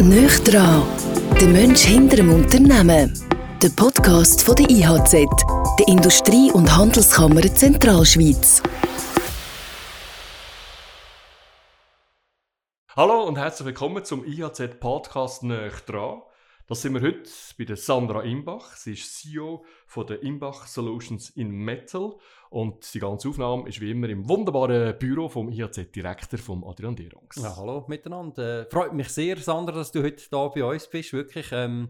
Nicht dran, der Mensch hinter dem Unternehmen. Der Podcast von der IHZ, der Industrie- und Handelskammer Zentralschweiz. Hallo und herzlich willkommen zum IHZ-Podcast «Nicht dran». Das sind wir heute bei der Sandra Imbach. Sie ist CEO von der Imbach Solutions in Metal. Und die ganze Aufnahme ist wie immer im wunderbaren Büro vom IHZ-Direktor, vom Adrian Derungs. Ja, hallo miteinander. Freut mich sehr, Sandra, dass du heute hier bei uns bist. Wirklich.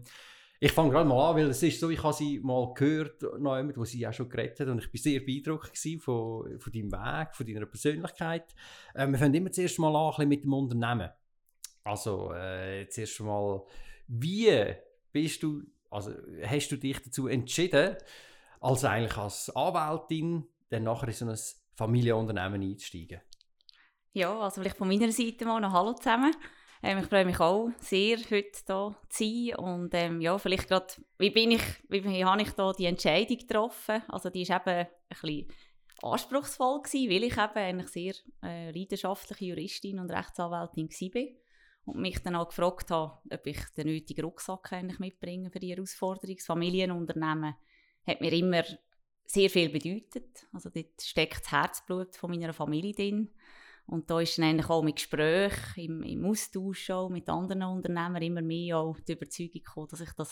Ich fange gerade mal an, weil es ist so, ich habe sie mal gehört, noch jemand, wo sie auch schon geredet hat, und ich war sehr beeindruckt von deinem Weg, von deiner Persönlichkeit. Wir fangen immer zuerst mal an, ein bisschen mit dem Unternehmen. Also, zuerst mal, wie bist du, also hast du dich dazu entschieden, also eigentlich als Anwältin, dann nachher in so ein Familienunternehmen einzusteigen? Ja, also vielleicht von meiner Seite mal noch Hallo zusammen. Ich freue mich auch sehr, heute hier zu sein. Und ja, vielleicht gerade, wie habe ich da die Entscheidung getroffen? Also die war eben ein bisschen anspruchsvoll gewesen, weil ich eben eigentlich sehr leidenschaftliche Juristin und Rechtsanwältin war. Und mich dann auch gefragt habe, ob ich den nötigen Rucksack eigentlich mitbringe für die Herausforderung. Das Familienunternehmen hat mir immer sehr viel bedeutet. Also dort steckt das Herzblut von meiner Familie drin. Und da ist dann eigentlich auch mit Gesprächen, im Austausch auch mit anderen Unternehmern immer mehr auch die Überzeugung gekommen,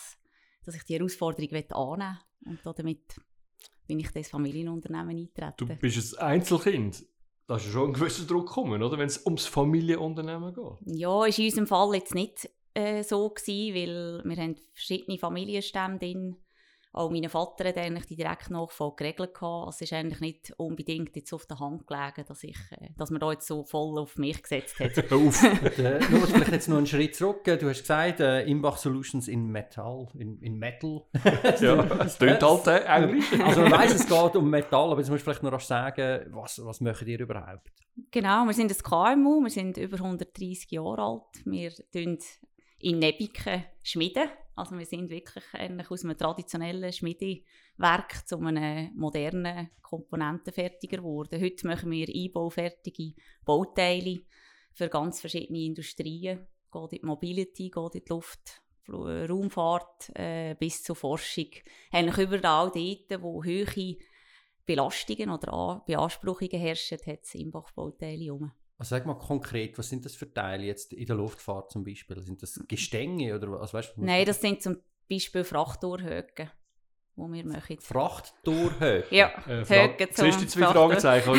dass ich die Herausforderung annehmen will. Und damit bin ich das Familienunternehmen eingetreten. Du bist ein Einzelkind. Da ist ja schon ein gewisser Druck gekommen, oder? Wenn es ums Familienunternehmen geht. Ja, ist in unserem Fall jetzt nicht so gewesen, weil wir haben verschiedene Familienstämme drin. Auch mein Vater hat eigentlich die Direktnachfolge geregelt gehabt. Also es ist eigentlich nicht unbedingt jetzt auf der Hand gelegen, dass man da jetzt so voll auf mich gesetzt hat. Nur vielleicht jetzt noch einen Schritt zurück. Du hast gesagt, Imbach Solutions in Metal. In Metal. Ja, es klingt halt Englisch. Also man weiss, es geht um Metall, aber jetzt musst du vielleicht noch sagen, was möchtet ihr überhaupt? Genau, wir sind ein KMU, wir sind über 130 Jahre alt. Wir schmieden in Nebiken schmieden. Also wir sind wirklich eigentlich aus einem traditionellen Schmiedewerk zu einem modernen Komponentenfertiger geworden. Heute machen wir einbaufertige Bauteile für ganz verschiedene Industrien. Geht in die Mobility, geht in die Luft, Raumfahrt bis zur Forschung. Eigentlich überall dort, wo hohe Belastungen oder Beanspruchungen herrschen, hat es Imbach-Bauteile herum. Also sag mal konkret, was sind das für Teile jetzt in der Luftfahrt zum Beispiel? Sind das Gestänge oder was? Weißt du, Nein, das sind zum Beispiel Frachttorhögen, die wir machen. Frachttorhögen? Ja, Högen zum Zuerst die zwei Fragezeichen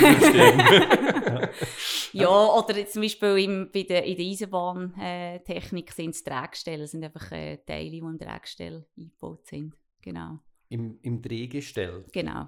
stehen. Ja, oder zum Beispiel in der Eisenbahntechnik sind es Drehgestelle. Das sind einfach Teile, die im Drehgestell eingebaut sind. Genau. Im Drehgestell? Genau.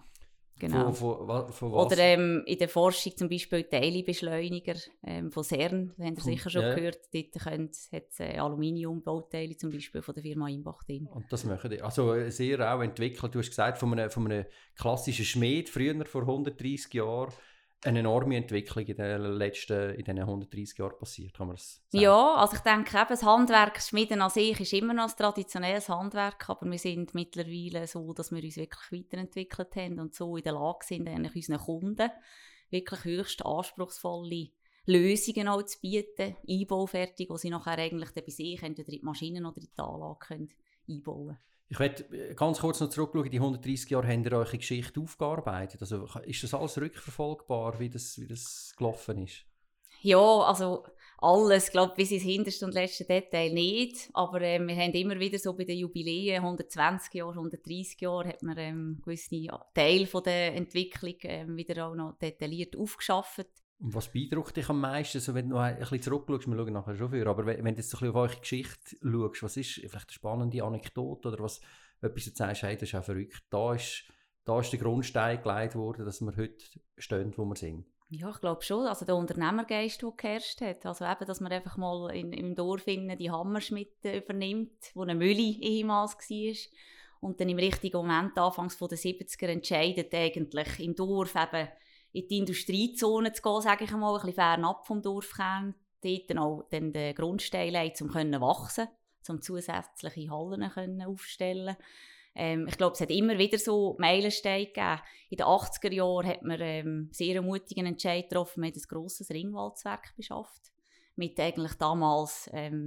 Von was? Oder in der Forschung zum Beispiel Teilebeschleuniger von CERN, das habt ihr sicher schon gehört. Dort hat es Aluminiumbauteile zum Beispiel von der Firma Imbach drin. Und das machen die. Also sehr auch entwickelt. Du hast gesagt, von einem klassischen Schmied, früher vor 130 Jahren, eine enorme Entwicklung in diesen 130 Jahren passiert, kann man das sagen? Ja, also ich denke eben, das Handwerk, das Schmieden an sich ist immer noch ein traditionelles Handwerk, aber wir sind mittlerweile so, dass wir uns wirklich weiterentwickelt haben und so in der Lage sind, eigentlich unseren Kunden wirklich höchst anspruchsvolle Lösungen auch zu bieten, einbaufertig, die sie nachher eigentlich bei sich entweder in die Maschinen oder in die Anlage einbauen können. Ich werde ganz kurz noch zurückschauen, die 130 Jahre habt ihr eure Geschichte aufgearbeitet. Also ist das alles rückverfolgbar, wie das gelaufen ist? Ja, also alles, glaube ich, bis ins hinterste und letzte Detail nicht. Aber wir haben immer wieder so bei den Jubiläen, 120 Jahre, 130 Jahre, hat man gewisse Teile von der Entwicklung wieder auch noch detailliert aufgeschafft. Und was beeindruckt dich am meisten, also wenn du noch ein bisschen zurückschaust, wir schauen nachher schon für, aber wenn du jetzt ein bisschen auf eure Geschichte schaust, was ist vielleicht eine spannende Anekdote oder was, etwas du sagst, hey, das ist auch verrückt, da ist der Grundstein gelegt worden, dass wir heute stehen, wo wir sind? Ja, ich glaube schon, also der Unternehmergeist, der geherrscht hat, also eben, dass man einfach mal im Dorf die Hammerschmiede übernimmt, wo eine Mühle ehemals war und dann im richtigen Moment, anfangs der 70er, entscheidet eigentlich im Dorf eben, in die Industriezone zu gehen, sage ich einmal, ein bisschen fernab vom Dorfkern, dort dann auch den Grundstein legt, um wachsen, um zusätzliche Hallen aufstellen. Ich glaube, es hat immer wieder so Meilensteine gegeben. In den 80er Jahren hat man sehr mutigen Entscheid getroffen, man hat ein grosses Ringwalzwerk beschafft, mit eigentlich damals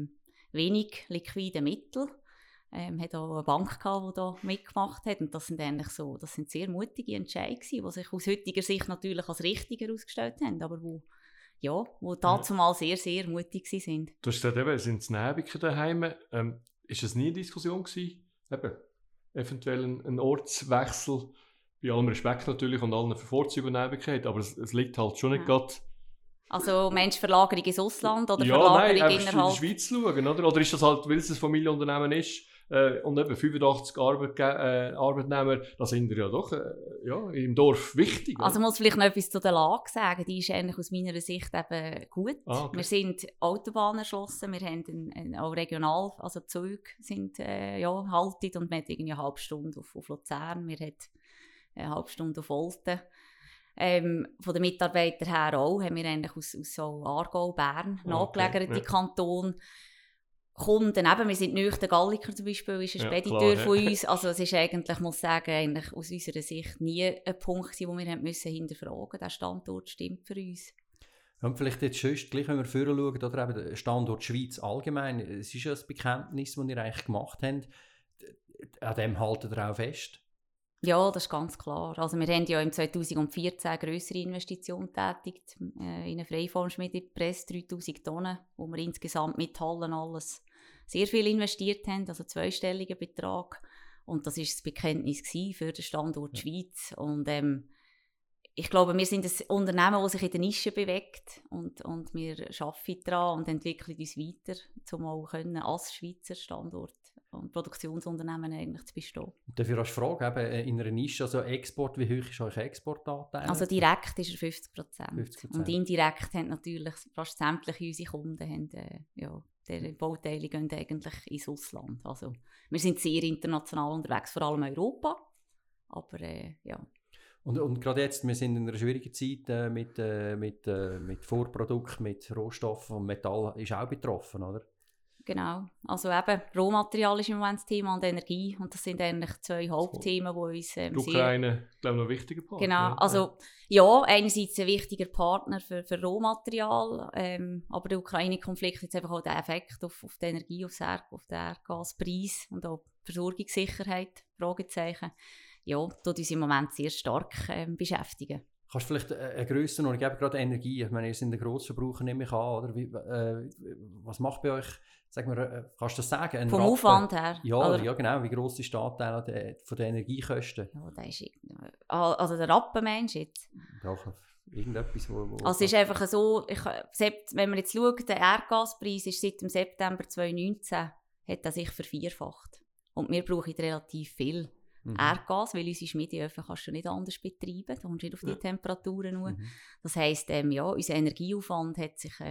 wenig liquide Mittel. Hat auch eine Bank gehabt, die da mitgemacht hat. Und das sind sehr mutige Entscheidungen, die sich aus heutiger Sicht natürlich als richtig herausgestellt haben, aber wo dazumal sehr, sehr mutig waren. Du hast gesagt, eben, es sind Nebenken daheim. Ist es nie eine Diskussion gewesen, eben, eventuell ein Ortswechsel, bei allem Respekt natürlich und allen Vorzügen und Nebenken, aber es liegt halt schon nicht gerade... Also meinst du Verlagerung ins Ausland oder ja, Verlagerung nein, innerhalb... in der Schweiz schauen, oder? Oder ist das halt, weil es ein Familienunternehmen ist und eben 85 Arbeitnehmer, das sind ja doch im Dorf wichtig. Oder? Also muss vielleicht noch etwas zu der Lage sagen, die ist eigentlich aus meiner Sicht eben gut. Okay. Wir sind Autobahnen erschlossen, wir haben auch regional, also Züge sind haltet und man hat irgendwie eine halbe Stunde auf Luzern, wir haben eine halbe Stunde auf Olten. Von den Mitarbeitern her auch, haben wir eigentlich aus so Aargau, Bern, nachgelegerte Kantone. Kunden, eben, wir sind nahe, der Galliker zum Beispiel, ist ein Spediteur von uns. Also es ist eigentlich, muss ich sagen, eigentlich aus unserer Sicht nie ein Punkt, wo wir hinterfragen mussten. Der Standort stimmt für uns. Und vielleicht jetzt schon gleich, wenn wir vorher schauen, oder eben der Standort Schweiz allgemein, es ist ja ein Bekenntnis, das ihr eigentlich gemacht habt. An dem haltet ihr auch fest? Ja, das ist ganz klar. Also wir haben ja im 2014 eine grössere Investition getätigt in eine Freiformschmiedepresse, 3000 Tonnen, wo wir insgesamt mit Hallen alles sehr viel investiert haben, also zweistelliger Betrag. Und das war das Bekenntnis für den Standort Schweiz. Und ich glaube, wir sind ein Unternehmen, das sich in der Nische bewegt und wir arbeiten daran und entwickeln uns weiter, um auch als Schweizer Standort und Produktionsunternehmen eigentlich zu bestehen. Dafür hast du Frage, eben in einer Nische, also Export, wie hoch ist euer Exportanteil? Also direkt ist er 50%. Und indirekt haben natürlich fast sämtliche unserer Kunden die Bauteile gehen eigentlich ins Ausland. Also wir sind sehr international unterwegs, vor allem in Europa. Aber Und gerade jetzt, wir sind in einer schwierigen Zeit mit Vorprodukten, mit Rohstoffen und Metall ist auch betroffen, oder? Genau, also eben Rohmaterial ist im Moment das Thema und Energie und das sind eigentlich zwei Hauptthemen, die uns die Ukraine, glaube ich, noch ein wichtiger Partner. Genau, also ja, einerseits ein wichtiger Partner für Rohmaterial, aber der Ukraine-Konflikt hat jetzt einfach auch den Effekt auf die Energie, auf den Erdgaspreis und auch die Versorgungssicherheit, Fragezeichen, tut uns im Moment sehr stark beschäftigen. Kannst du vielleicht eine Grössenordnung geben, gerade Energie? Ich meine, ihr seid ein Grossverbraucher, nehme ich an, oder? Was macht bei euch, sag mal, kannst du das sagen? Vom Aufwand her? Ja, genau. Wie gross ist der Anteil von den Energiekosten? Ja, das ist, also der Rappen meinst du jetzt? Ja, irgendetwas, wo also es ist einfach so, wenn man jetzt schaut, der Erdgaspreis ist seit dem September 2019, hat er sich vervierfacht. Und wir brauchen relativ viel. Erdgas, weil unsere Schmiedeöfen kannst du nicht anders betreiben, da kommst du nicht auf die Temperaturen nur. Das heisst, unser Energieaufwand hat sich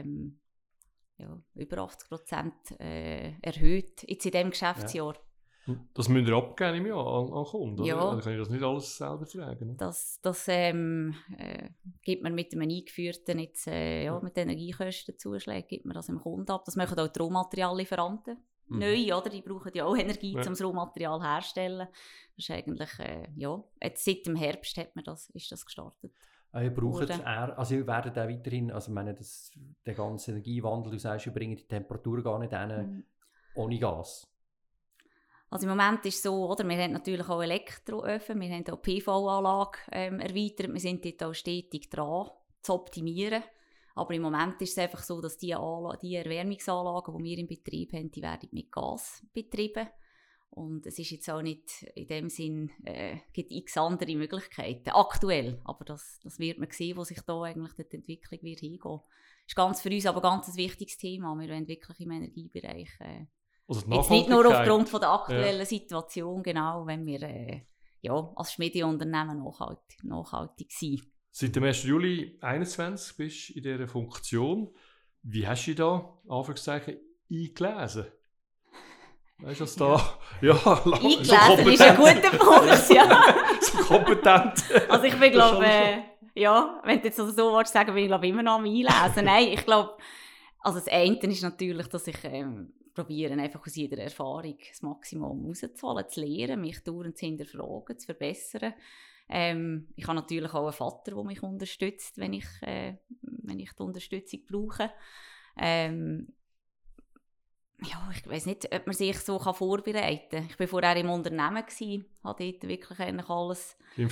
über 80% erhöht jetzt in diesem Geschäftsjahr. Das müsst ihr abgeben im Jahr an Kunden, ja. Oder? Dann kann ich das nicht alles selber tragen. Ne? Das gibt man mit einem eingeführten mit Energiekostenzuschlägen gibt man das dem Kunden ab. Das machen auch die Rohmateriallieferanten. Neu, oder? Die brauchen ja auch Energie, um das Rohmaterial herzustellen. Das ist eigentlich, jetzt seit dem Herbst ist das gestartet. Ihr braucht also ihr werdet auch weiterhin, also ich meine, der ganze Energiewandel, du sagst, ihr bringt die Temperatur gar nicht hin, ohne Gas. Also im Moment ist es so, oder? Wir haben natürlich auch Elektroöfen, wir haben auch PV-Anlage erweitert, wir sind dort auch stetig dran, zu optimieren. Aber im Moment ist es einfach so, dass die Erwärmungsanlagen, die wir im Betrieb haben, die werden mit Gas betrieben. Und es ist jetzt auch nicht in dem Sinn, gibt x andere Möglichkeiten, aktuell. Aber das wird man sehen, wo sich da eigentlich die Entwicklung wird hingehen. Das ist für uns aber ganz ein wichtiges Thema. Wir wollen wirklich im Energiebereich, jetzt nicht nur aufgrund von der aktuellen Situation, genau, wenn wir als Schmiedeunternehmen nachhaltig sind. Seit dem 1. Juli 2021 bist du in dieser Funktion. Wie hast du dich da, Anführungszeichen, eingelesen? Weißt du, dass da... Eingelesen so ist ein guter Punkt, ja. So kompetent. Also ich bin, glaube wenn du jetzt so willst sagen, bin ich glaube immer noch am Einlesen. Nein, ich glaube, also das eine ist natürlich, dass ich probiere, einfach aus jeder Erfahrung das Maximum rauszuholen, zu lernen, mich dauernd zu hinterfragen, zu verbessern. Ich habe natürlich auch einen Vater, der mich unterstützt, wenn ich die Unterstützung brauche. ja, ich weiss nicht, ob man sich so vorbereiten kann. Ich war vorher im Unternehmen, habe dort wirklich eigentlich alles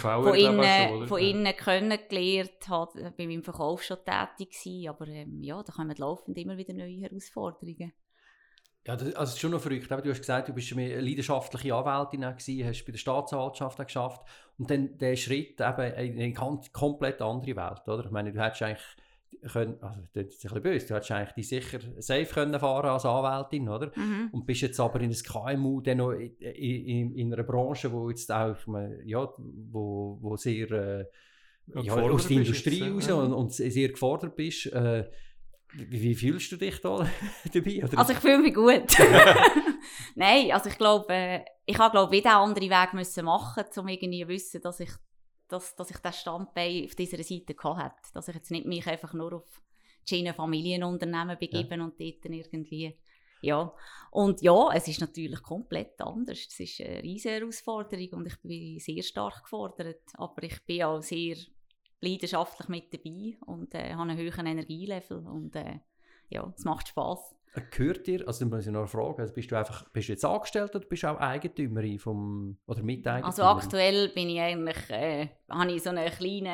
von innen kennengelernt, war beim Verkauf schon tätig gewesen, aber ja, da kommen laufend immer wieder neue Herausforderungen. Ja, also es ist schon noch verrückt. Du hast gesagt, du bist eine leidenschaftliche Anwältin gewesen, hast bei der Staatsanwaltschaft geschafft und dann der Schritt eben in eine komplett andere Welt, oder? Ich meine, du hättest eigentlich können, also das ist ein bisschen böse, du hättest eigentlich dich sicher safe können fahren als Anwältin, oder? Und bist jetzt aber in einem KMU, dann noch in einer Branche, wo jetzt auch, ja, wo sehr aus der Industrie raus und sehr gefordert bist. Wie fühlst du dich da dabei? Oder? Also ich fühle mich gut. Nein, also ich glaube, ich habe wieder einen anderen Weg müssen machen, um irgendwie zu wissen, dass ich das Standbein auf dieser Seite hatte. Dass ich jetzt nicht mich einfach nur auf die Schiene Familienunternehmen begeben und dort irgendwie, ja. Und ja, es ist natürlich komplett anders. Es ist eine riesige Herausforderung und ich bin sehr stark gefordert. Aber ich bin auch sehr leidenschaftlich mit dabei und habe einen hohen Energielevel und ja, es macht Spass. Gehört dir, also muss ich noch fragen, also bist du jetzt angestellt oder bist du auch Eigentümerin oder Miteigentümerin? Also aktuell bin ich eigentlich, habe ich so einen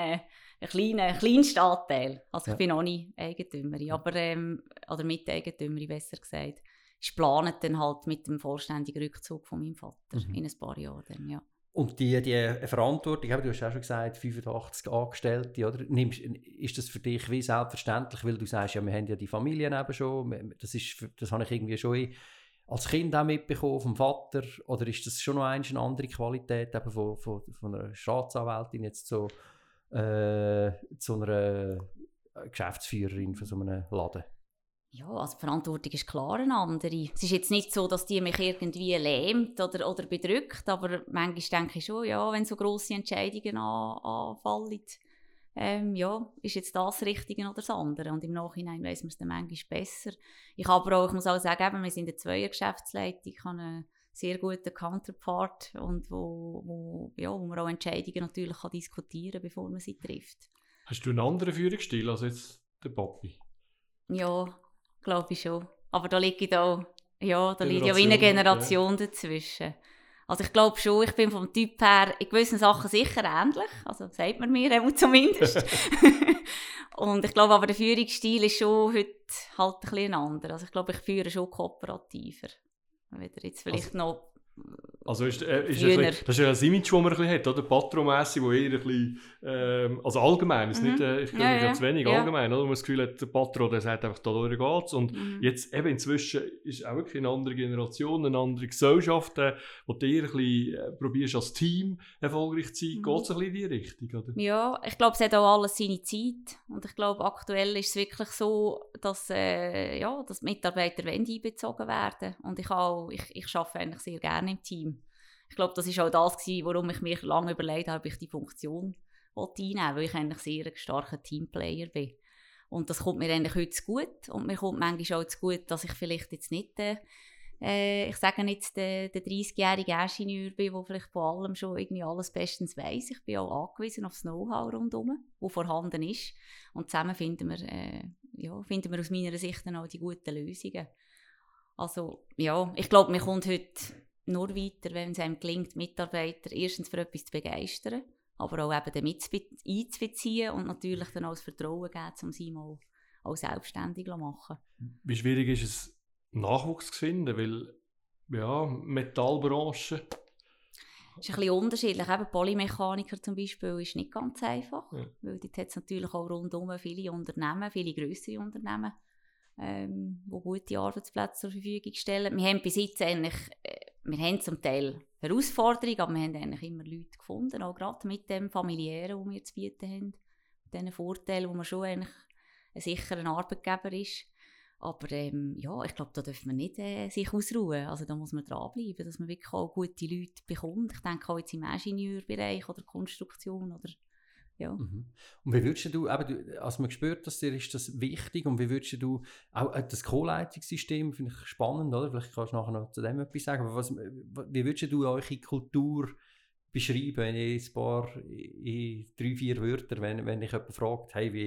kleinen Stadtteil. Also ich bin noch nicht Eigentümerin, aber, oder Miteigentümerin besser gesagt. Ich plane dann halt mit dem vollständigen Rückzug von meinem Vater in ein paar Jahren dann, ja. Und die Verantwortung, du hast auch schon gesagt, 85 Angestellte, oder? Ist das für dich wie selbstverständlich, weil du sagst, ja, wir haben ja die Familien eben schon, das habe ich irgendwie schon als Kind auch mitbekommen vom Vater, oder ist das schon noch eine andere Qualität eben von einer Staatsanwältin jetzt zu einer Geschäftsführerin von so einem Laden? Ja, also die Verantwortung ist klar eine andere. Es ist jetzt nicht so, dass die mich irgendwie lähmt oder bedrückt, aber manchmal denke ich schon, ja, wenn so grosse Entscheidungen anfallen, ja, ist jetzt das Richtige oder das andere? Und im Nachhinein weiss man es dann manchmal besser. Ich muss auch sagen, wir sind eine Zweiergeschäftsleitung, ich habe einen sehr guten Counterpart und wo man auch Entscheidungen natürlich diskutieren kann, bevor man sie trifft. Hast du einen anderen Führungsstil als jetzt der Papi? Ja, glaube ich schon. Aber da liegt ja wie eine Generation dazwischen. Also ich glaube schon, ich bin vom Typ her in gewissen Sachen sicher ähnlich. Also sagt man mir zumindest. Und ich glaube aber, der Führungsstil ist schon heute halt ein bisschen anderer. Also ich glaube, ich führe schon kooperativer. Wieder jetzt vielleicht noch... Also das ist ja ein Image, das man ein bisschen hat, oder? Patronmässig, wo eher ein bisschen, also allgemein, ist nicht, ich glaube, zu wenig allgemein, oder? Wo man das Gefühl hat, der Patron, der sagt einfach, da geht's. Und jetzt eben inzwischen ist auch wirklich eine andere Generation, eine andere Gesellschaft, wo du eher ein bisschen probierst, als Team erfolgreich zu sein. Geht es ein bisschen in die Richtung, oder? Ja, ich glaube, es hat auch alles seine Zeit. Und ich glaube, aktuell ist es wirklich so, dass die Mitarbeiter einbezogen werden. Und ich arbeite eigentlich sehr gerne im Team. Ich glaube, das war auch das, warum ich mir lange überlegt habe, ob ich die Funktion einnehmen will, weil ich eigentlich sehr ein starker Teamplayer bin. Und das kommt mir eigentlich heute zu gut. Und mir kommt manchmal auch zu gut, dass ich vielleicht jetzt nicht ich sage jetzt, der 30-jährige Ingenieur bin, der vielleicht von allem schon irgendwie alles bestens weiss. Ich bin auch angewiesen auf das Know-how rundherum, das vorhanden ist. Und zusammen finden wir aus meiner Sicht dann auch die guten Lösungen. Also, ja, ich glaube, man kommt heute nur weiter, wenn es einem gelingt, Mitarbeiter erstens für etwas zu begeistern, aber auch eben damit einzubeziehen und natürlich dann auch das Vertrauen geben, um sie mal auch selbstständig zu machen. Wie schwierig ist es, Nachwuchs zu finden? Weil, ja, Metallbranche... Es ist ein bisschen unterschiedlich. Eben Polymechaniker zum Beispiel ist nicht ganz einfach, weil dort hat es natürlich auch rundherum viele Unternehmen, viele grössere Unternehmen, die gute Arbeitsplätze zur Verfügung stellen. Wir haben bis jetzt eigentlich, wir haben zum Teil Herausforderungen, aber wir haben eigentlich immer Leute gefunden, auch gerade mit dem Familiären, das wir zu bieten haben, mit diesen Vorteilen, wo man schon eigentlich ein sicherer Arbeitgeber ist. Aber ich glaube, da dürfen wir nicht sich ausruhen. Also da muss man dranbleiben, dass man wirklich auch gute Leute bekommt. Ich denke auch jetzt im Ingenieurbereich oder Konstruktion oder ja. Und wie würdest du, als man spürt, dass dir ist das wichtig, und wie würdest du auch das Co-Leitungssystem, finde ich spannend, oder? Vielleicht kannst du nachher noch zu dem etwas sagen, aber wie würdest du eure Kultur beschreiben in 3-4 Wörtern, wenn dich jemand fragt, hey,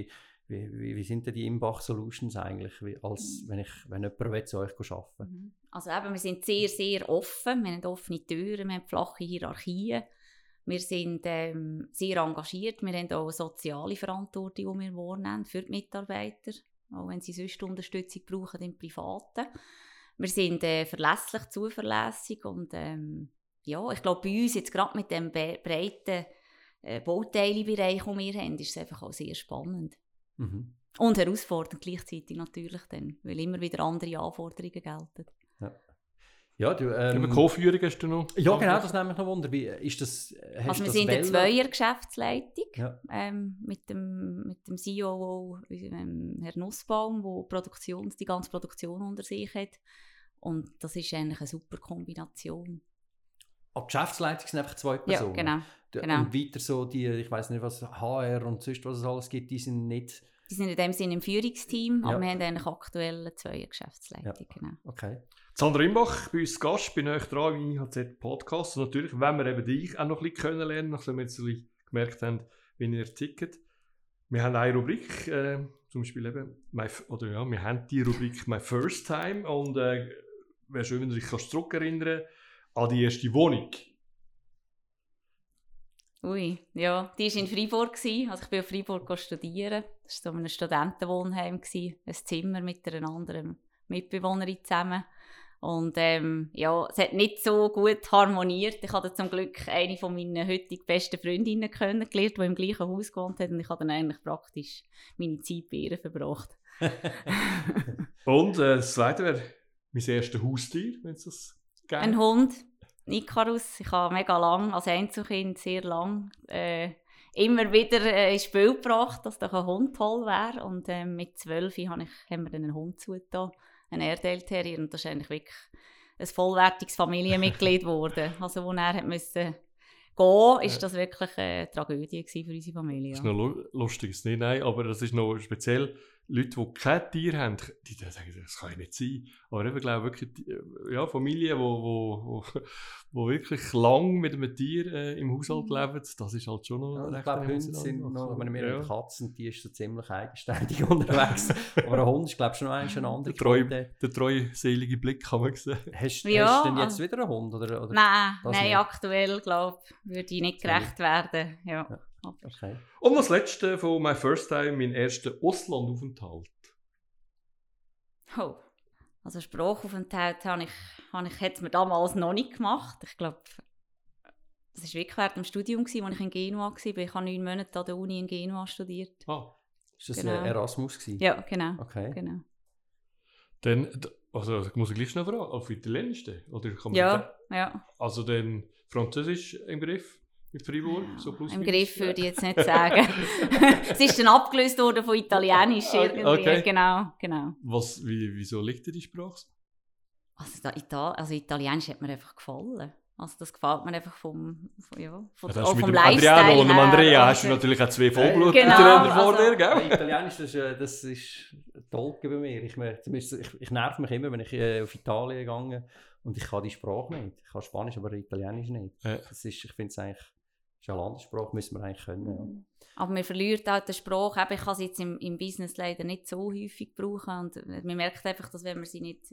Wie sind denn die Imbach Solutions eigentlich, wenn jemand zu euch arbeiten will? Also eben, wir sind sehr, sehr offen. Wir haben offene Türen, wir haben flache Hierarchien. Wir sind sehr engagiert. Wir haben auch eine soziale Verantwortung, die wir wahrnehmen für die Mitarbeiter, auch wenn sie sonst Unterstützung brauchen im Privaten. Wir sind verlässlich, zuverlässig und ich glaube, bei uns jetzt gerade mit dem breiten Bauteilebereich, den wir haben, ist es einfach auch sehr spannend. Und herausfordernd gleichzeitig natürlich dann, weil immer wieder andere Anforderungen gelten. Ja, du... Co-Führung hast du noch? Ja, genau, das nehme ich noch Wunder. Wie ist das? Also wir sind eine Zweier-Geschäftsleitung mit dem COO, Herrn Nussbaum, der die ganze Produktion unter sich hat. Und das ist eigentlich eine super Kombination. Die Geschäftsleitung sind einfach 2 Personen? Ja, genau. Und weiter so die, ich weiss nicht, was HR und sonst was es alles gibt, die sind nicht... Die sind in dem Sinne im Führungsteam, aber wir haben eigentlich aktuell eine 2er-Geschäftsleitung. Genau. Okay. Sandra Imbach, bei uns Gast, bin euch dran im IHZ-Podcast. Und natürlich, wenn wir eben dich auch noch ein bisschen kennenlernen, nachdem wir jetzt ein bisschen gemerkt haben, wie ihr tickt. Wir haben eine Rubrik, zum Beispiel eben, wir haben die Rubrik «My First Time». Und wäre schön, wenn du dich zurückerinnern kannst an die erste Wohnung. Ui, ja, die war in Freiburg. Also ich bin in Freiburg studieren. Das war so ein Studentenwohnheim, ein Zimmer mit einer anderen Mitbewohnerin zusammen. Und es hat nicht so gut harmoniert. Ich hatte zum Glück eine von meinen heutigen besten Freundinnen kennengelernt, die im gleichen Haus gewohnt hat. Und ich habe dann eigentlich praktisch meine Zeit bei ihr verbracht. Und das zweite wäre mein erstes Haustier, wenn es das gibt. Ein Hund. Icarus. Ich habe mega lang, als Einzelkind sehr lang, immer wieder ins Spiel gebracht, dass doch ein Hund toll wäre. Und mit 12 haben wir dann einen Hund zugetan, einen Airedale Terrier. Und das ist eigentlich wirklich ein vollwertiges Familienmitglied geworden. Also, als er musste gehen, ist das wirklich eine Tragödie für unsere Familie. Das ist noch lustig, nein, aber das ist noch speziell. Leute, die kein Tier haben, die sagen, das kann ja nicht sein. Aber ich glaube wirklich, Familien, die wirklich lang mit einem Tier im Haushalt leben, das ist halt schon noch... Ja, ich glaube, Hunde sind noch, wenn wir mit Katzen, die ist so ziemlich eigenständig unterwegs. Aber ein Hund ist, glaube ich, schon noch eine andere Der treuselige Blick, kann man sehen. Hast du denn jetzt wieder einen Hund? Oder Nein, aktuell, glaube ich, würde ich nicht gerecht werden. Ja. Okay. Und das letzte von «My First Time», mein erster Auslandaufenthalt. Oh, also Sprachaufenthalt hat es mir damals noch nicht gemacht. Ich glaube, das war wirklich während dem Studium, als ich in Genua war. Ich habe 9 Monate an der Uni in Genua studiert. Ist das ein Erasmus gewesen? Ja, genau. Okay. Genau. Dann, also ich muss gleich schnell fragen, auf Italienisch denn? Oder kann man ja. Also dann Französisch im Griff? In Freiburg, so plus im Griff würde ich jetzt nicht sagen. Es ist dann abgelöst worden von Italienisch irgendwie. Okay. Genau. Wieso liegt dir die Sprache? Also Italienisch hat mir einfach gefallen. Also das gefällt mir einfach vom Lifestyle her. Und Andrea hast du natürlich auch 2 Vollblut-Italiener vor dir, gell? Italienisch, das ist toll bei mir. Ich nerv mich immer, wenn ich auf Italien gehe und ich kann die Sprache nicht. Ich kann Spanisch, aber Italienisch nicht. Ich finde es eigentlich... Das ist eine Landessprache, müssen wir eigentlich können. Ja. Aber man verliert auch die Sprache. Ich kann sie jetzt im Business leider nicht so häufig brauchen. Und man merkt einfach, dass wenn man sie nicht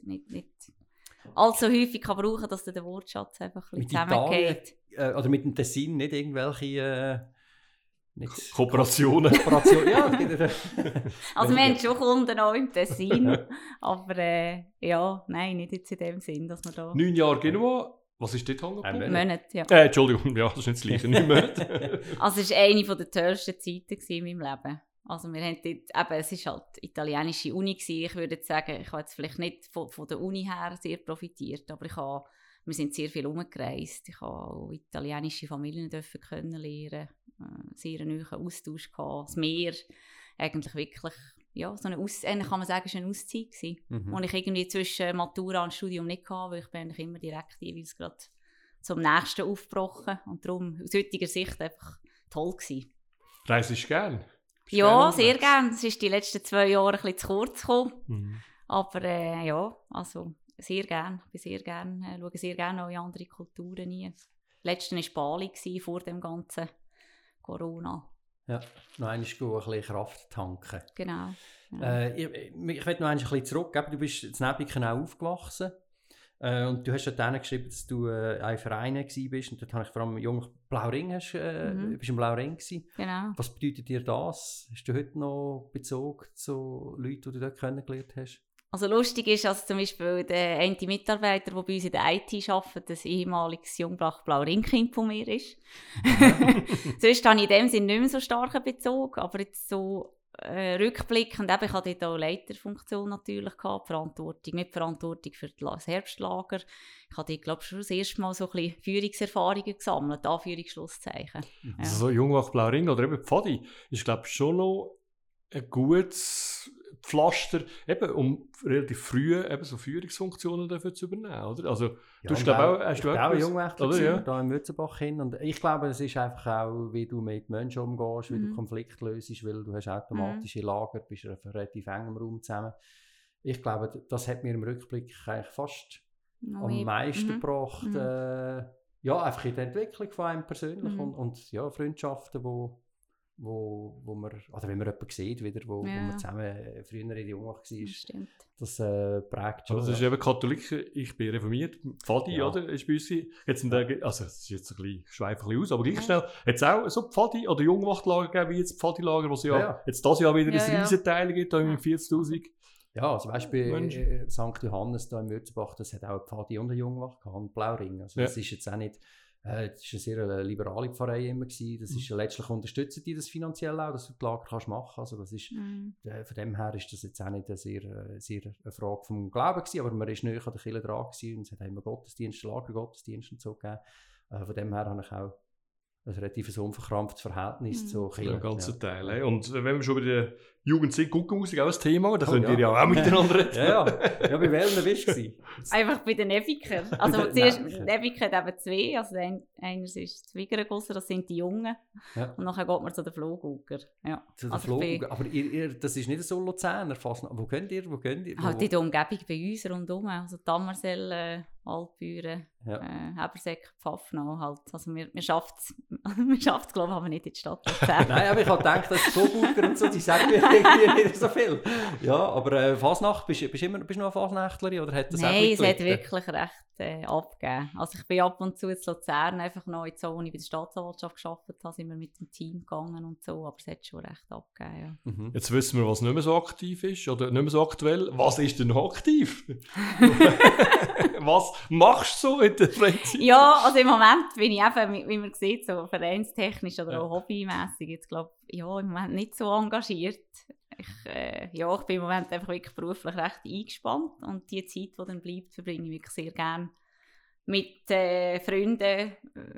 allzu häufig kann brauchen, dass der Wortschatz einfach ein bisschen zusammengeht. Oder mit dem Tessin nicht irgendwelche... Kooperationen. Ja, also wir haben schon Kunden auch im Tessin. Aber nein, nicht jetzt in dem Sinn, dass wir da... 9 Jahre Genua. Was ist dort hängen geblieben? Monate, ja. Entschuldigung, das ist nicht das Gleiche, 9 Monate. Also es war eine der teuersten Zeiten in meinem Leben. Also wir haben dort, es war halt italienische Uni gewesen. Ich würde jetzt sagen, ich habe jetzt vielleicht nicht von der Uni her sehr profitiert, aber wir sind sehr viel umgereist. Ich durfte auch italienische Familien kennenlernen, sehr einen neuen Austausch gehabt, das Meer, eigentlich wirklich... Ja, so eigentlich kann man sagen, es war eine Auszeit, die ich irgendwie zwischen Matura und Studium nicht hatte, weil ich bin eigentlich immer direkt jeweils gerade zum nächsten aufgebrochen und darum aus heutiger Sicht einfach toll gewesen. Reist du gern? Ja, sehr gern. Es ist die letzten 2 Jahre ein bisschen zu kurz gekommen. Aber also sehr gern. Ich schaue sehr gerne auch in andere Kulturen rein. Das letzte war Bali vor dem ganzen Corona. Ja, noch einmal ein bisschen Kraft tanken. Genau. Ich will noch ein bisschen zurück. Du bist in Nebiken auch aufgewachsen. Und du hast dort geschrieben, dass du ein Verein warst. Und dort habe ich vor allem jung Blauring bist im Blauring gewesen. Genau. Was bedeutet dir das? Hast du heute noch Bezug zu Leuten, die du dort kennengelernt hast? Also lustig ist, dass zum Beispiel der eine Mitarbeiter, der bei uns in der IT arbeitet, ein ehemaliges Jungbach-Blauring-Kind von mir ist. Sonst habe ich in dem Sinne nicht mehr so starken Bezug, aber jetzt so rückblickend, ich hatte dort auch Leiterfunktion natürlich gehabt, Mitverantwortung für das Herbstlager. Ich habe dort, glaube ich, schon das erste Mal so ein bisschen Führungserfahrungen gesammelt, Anführungsschlusszeichen. Ja. Also so Jungbach-Blauring oder eben Pfadi ist, glaube ich, schon noch ein gutes Pflaster, eben, um relativ früh eben so Führungsfunktionen dafür zu übernehmen, oder? Also, du hast, glaube ich, auch ein Jungwächter gewesen, da in Mützenbach hin. Und ich glaube, es ist einfach auch, wie du mit Menschen umgehst, wie du Konflikte löst, weil du hast automatische Lager, bist in einem relativ engem Raum zusammen. Ich glaube, das hat mir im Rückblick eigentlich fast am meisten gebracht. Ja, einfach in der Entwicklung von einem persönlich und ja, Freundschaften, wo man, oder wenn man jemanden sieht, wieder, wo man zusammen früher in der Jungwach war, das prägt schon. Also das ist eben Katholik, ich bin reformiert, Pfadi, oder, ist bei uns, jetzt also es ist jetzt ein bisschen, schweife ein bisschen aus, aber gleich schnell, hat es auch so Pfadi- oder Jungwachtlager gegeben, wie jetzt Pfadi-Lager, wo es jetzt dieses Jahr wieder ein Riesenteil gibt, da um 40'000. Ja, zum Beispiel St. Johannes da in Mürzebach, das hat auch eine Pfadi und eine Jungwacht gehabt, und Blauring, also das ist jetzt auch nicht. Das war eine sehr liberale Pfarrei immer gewesen. Das ist letztlich unterstützen die das finanziell auch, dass du die Lager kannst machen. Also das ist, von dem her ist das jetzt auch nicht sehr eine Frage vom Glauben gewesen, aber man ist näher an der Kirche dran gewesen und es hat immer Gottesdienste, Lagergottesdienste und so gegeben. Von dem her habe ich auch ein relativ unverkrampftes Verhältnis zu Kirche. Ja, ganzen Teil. Hey. Und wenn wir schon bei der Jugend sind, Guckenmusik auch ein Thema, da könnt ihr ja auch miteinander reden. Ja, bei welchen bist du? Einfach bei den Nebiken. Also zuerst, Nebiken hat eben zwei, also einer ist Zwiegergusser, das sind die Jungen. Ja. Und nachher geht man zu den Flohgucker. Ja. Zu den Flohgucker, aber das ist nicht so Luzerner Fasnacht. Wo geht ihr? Halt in der Umgebung bei uns rundherum, also Tammersell, Altbüren, Hebersäck, Pfaffenau halt. Also wir schaffen es, glaube ich, aber nicht in die Stadt Luzern. Nein, aber ich habe gedacht, dass Flohgucker und so, die sagen mir irgendwie nicht so viel. Ja, aber Fasnacht, bist du noch eine Fasnächtlerin oder hat das Nein, es hat wirklich recht abgegeben. Also ich bin ab und zu in Luzern, einfach noch in so, wo ich bei der Staatsanwaltschaft gearbeitet habe, sind wir mit dem Team gegangen und so, aber es hat schon recht abgegeben, ja. Jetzt wissen wir, was nicht mehr so aktiv ist oder nicht mehr so aktuell. Was ist denn noch aktiv? Was machst du so in der Freizeit? Ja, also im Moment bin ich eben, wie man sieht, so vereinstechnisch oder auch hobbymässig jetzt, glaube ich, im Moment nicht so engagiert. Ich bin im Moment einfach wirklich beruflich recht eingespannt und die Zeit, die dann bleibt, verbringe ich wirklich sehr gerne mit Freunden,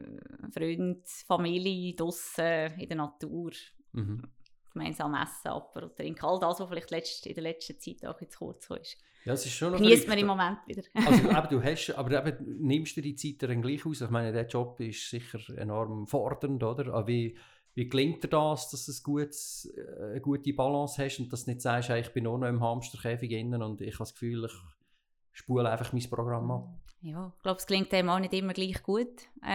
Familie, draussen, in der Natur. Gemeinsam essen, Apero trinken, all das, was vielleicht in der letzten Zeit auch jetzt kurz so ist. Ja, es ist schon noch genießt man im Moment wieder. Also du nimmst dir die Zeit dann gleich aus. Ich meine, der Job ist sicher enorm fordernd, oder? Aber wie gelingt dir das, dass du eine gute Balance hast und dass du nicht sagst, ich bin nur noch im Hamsterkäfig innen und ich habe das Gefühl, ich spule einfach mein Programm ab? Ja, ich glaube, es gelingt einem auch nicht immer gleich gut.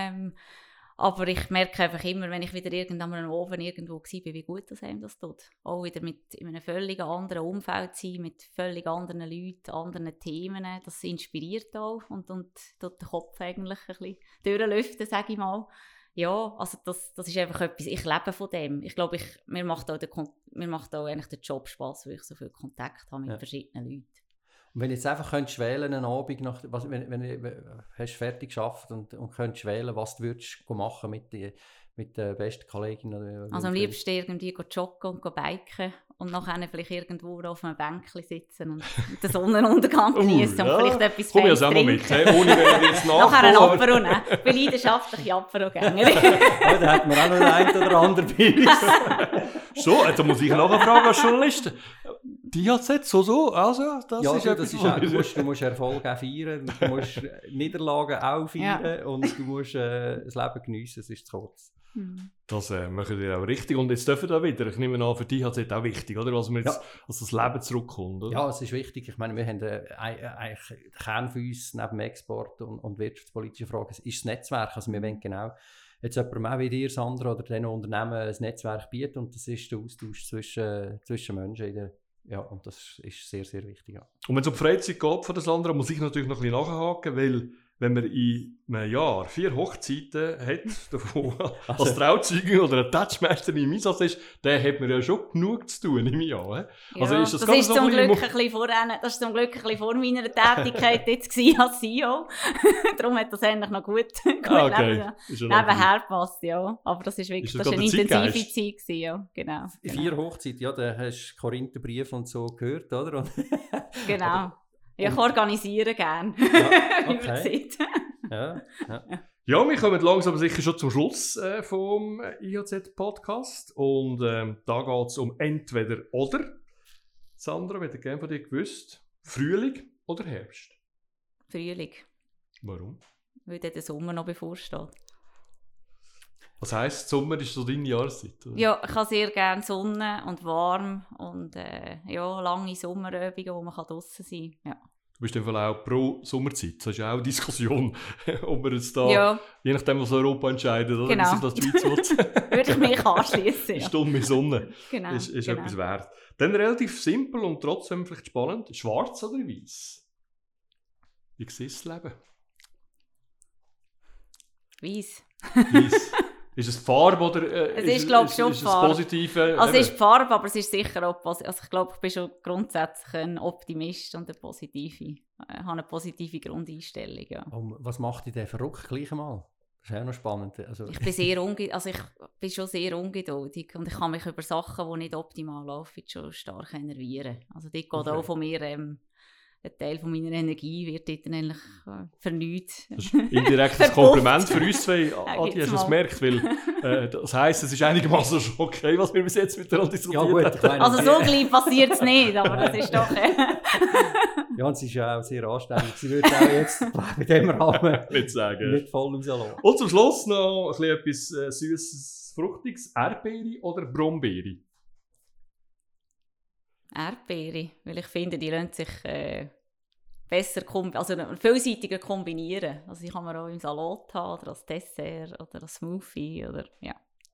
Aber ich merke einfach immer, wenn ich wieder irgendwann oben irgendwo war, wie gut das einem das tut. Auch wieder in einem völlig anderen Umfeld sein, mit völlig anderen Leuten, anderen Themen. Das inspiriert auch und tut den Kopf eigentlich ein bisschen durchlüften, sage ich mal. Ja, also das ist einfach etwas, ich lebe von dem. Ich glaube, mir macht auch eigentlich der Job Spass, weil ich so viel Kontakt habe mit verschiedenen Leuten. Und wenn du jetzt einfach könntest wählen, einen Abend, wenn hast fertig geschafft und könntest wählen, was du würdest machen mit der besten Kollegin? Also am liebsten irgendwie joggen und biken und nachher vielleicht irgendwo auf einem Bänkchen sitzen und den Sonnenuntergang genießen und vielleicht etwas komm jetzt auch mal mit, ohne wenn wir jetzt nachher ein Apero nehmen. Ich bin leidenschaftliche Apero-Gängerin. Ja, da hat man auch noch den einen oder anderen bei uns. So, da muss ich nachher fragen als Journalist. Die hat es jetzt so, also das ist das ist auch, du musst Erfolg auch feiern, du musst Niederlagen auch feiern und du musst das Leben geniessen, es ist zu kurz. Das machen wir auch richtig. Und jetzt dürfen wir wieder, ich nehme an, für dich hat es auch wichtig, oder? Dass man jetzt, dass das Leben zurückkommt, oder? Ja, es ist wichtig. Ich meine, wir haben eigentlich den Kern für uns neben dem Export und wirtschaftspolitischen Fragen ist das Netzwerk. Also wir wollen genau jetzt jemandem auch wie dir, Sandra, oder diesen Unternehmen ein Netzwerk bietet. Und das ist der Austausch zwischen Menschen. Ja, und das ist sehr, sehr wichtig. Ja. Und wenn es um die Freizeit geht von der Sandra, muss ich natürlich noch ein bisschen nachhaken, weil wenn man in einem Jahr 4 Hochzeiten hat, davon als Trauzeugin oder Attachmeister im Einsatz ist, dann hat man ja schon genug zu tun im Jahr. Ja, also ist das ist zum Glück ein bisschen vor meiner Tätigkeit jetzt als CEO. Darum hat das eigentlich noch gut nebenher gepasst. Ja. Aber das ist wirklich eine intensive Zeit gewesen, ja. Genau. 4 Hochzeiten, ja, da hast du Korintherbrief und so gehört, oder? Genau. Ja, ich organisiere gerne. Ja, okay. Ja, wir kommen langsam sicher schon zum Schluss vom IHZ-Podcast. Und da geht es um entweder oder. Sandra, hätte ich gerne von dir gewusst, Frühling oder Herbst? Frühling. Warum? Weil der Sommer noch bevorsteht. Was heisst, Sommer ist so deine Jahreszeit? Oder? Ja, ich habe sehr gerne Sonne und warm und lange Sommerübungen, wo man draussen sein kann. Ja. Du bist dann auch pro Sommerzeit. Das ist ja auch eine Diskussion, ob wir jetzt da, je nachdem, was Europa entscheidet, oder? Genau. Wie sich das die Schweiz will. Würde ich mich anschließen. Eine Stunde mit Sonne genau. ist etwas wert. Dann relativ simpel und trotzdem vielleicht spannend. Schwarz oder weiß? Wie sieht das Leben? Weiß. Ist es Farbe oder es ist glaube ich schon Farbe. Positive? Also es ist Farbe, aber es ist sicher auch positiv. Also ich glaube, ich bin schon grundsätzlich ein Optimist und habe eine positive Grundeinstellung. Ja. Was macht dich denn verrückt gleich einmal? Das ist auch noch spannend. Also ich bin schon sehr ungeduldig und ich kann mich über Sachen, die nicht optimal laufen, schon stark enervieren. Also dort geht auch von mir ein Teil von meiner Energie wird dort eigentlich vernünftigt. Das ist ein indirektes Kompliment für uns zwei, Adi, hast du es gemerkt? Weil, das heisst, es ist einigermaßen schon okay, was wir bis jetzt miteinander diskutiert haben. Also so gleich passiert es nicht, aber das ist doch... Ja, und sie ist ja auch sehr anständig. Sie würde auch jetzt bei dem Rahmen nicht sagen. Nicht voll rauslassen. Und zum Schluss noch etwas Süßes, Fruchtiges. Erdbeere oder Brombeere? Erdbeere, weil ich finde, die lassen sich besser vielseitiger kombinieren. Also die kann man auch im Salat haben, oder als Dessert, oder als Smoothie, oder ja.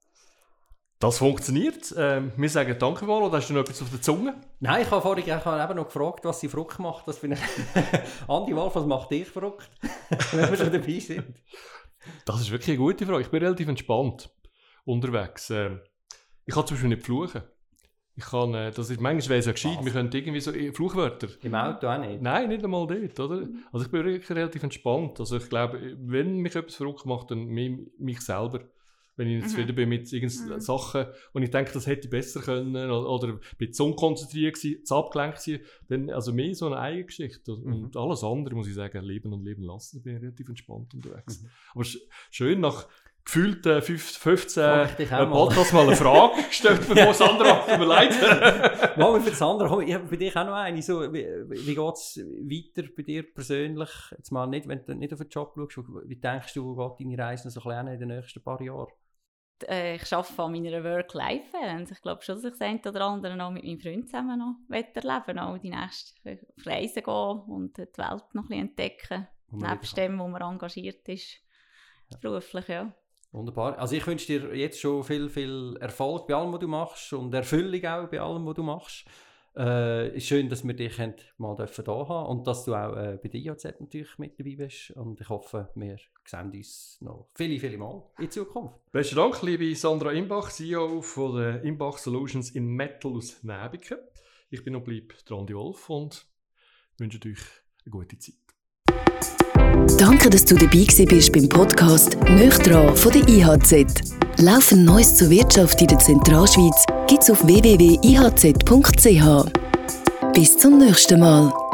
Das funktioniert. Wir sagen danke mal, oder hast du noch etwas auf der Zunge? Nein, ich habe eben noch gefragt, was sie verrückt macht. Das finde ich... Andi Wolf, was macht dich verrückt, wenn wir schon dabei sind? Das ist wirklich eine gute Frage. Ich bin relativ entspannt unterwegs. Ich kann zum Beispiel nicht fluchen. Das ist, manchmal wäre es ja gescheit, wir können irgendwie so Fluchwörter. Im Auto auch nicht? Nein, nicht einmal dort, oder? Also ich bin wirklich relativ entspannt. Also ich glaube, wenn mich etwas verrückt macht, dann mich selber. Wenn ich nicht zufrieden bin mit irgendwelchen Sachen, und ich denke, das hätte ich besser können, oder bin zu unkonzentriert gewesen, zu abgelenkt gewesen, dann also mehr so eine Eigengeschichte. Und alles andere, muss ich sagen, leben und leben lassen, da bin ich relativ entspannt unterwegs. Aber schön, nach gefühlt 15 Podcasts mal eine Frage gestellt, bevor Sandra, tut mir leid. Mal für Sandra, ich habe bei dir auch noch eine. So, wie geht es weiter bei dir persönlich? Jetzt mal nicht, wenn du nicht auf den Job schaust, wie denkst du, wo geht deine Reise noch so ein bisschen in den nächsten paar Jahren? Ich arbeite an meiner Work-Life-Balance. Ich glaube schon, dass ich das eine oder andere noch mit meinem Freund zusammen noch erleben auch die nächste Reise gehen und die Welt noch ein bisschen entdecken. Nebst dem, wo man engagiert ist, beruflich, ja. Wunderbar. Also ich wünsche dir jetzt schon viel, viel Erfolg bei allem, was du machst und Erfüllung auch bei allem, was du machst. Es ist schön, dass wir dich mal hier haben und dass du auch bei der IHZ natürlich mit dabei bist. Und ich hoffe, wir sehen uns noch viele, viele Mal in Zukunft. Besten Dank, liebe Sandra Imbach, CEO von der Imbach Solutions in Metal aus Näbiken. Ich bin und bleibe Andi Wolf und wünsche euch eine gute Zeit. Danke, dass du dabei bist beim Podcast «Nöch dran» von der IHZ. Laufend Neues zur Wirtschaft in der Zentralschweiz gibt's auf www.ihz.ch. Bis zum nächsten Mal.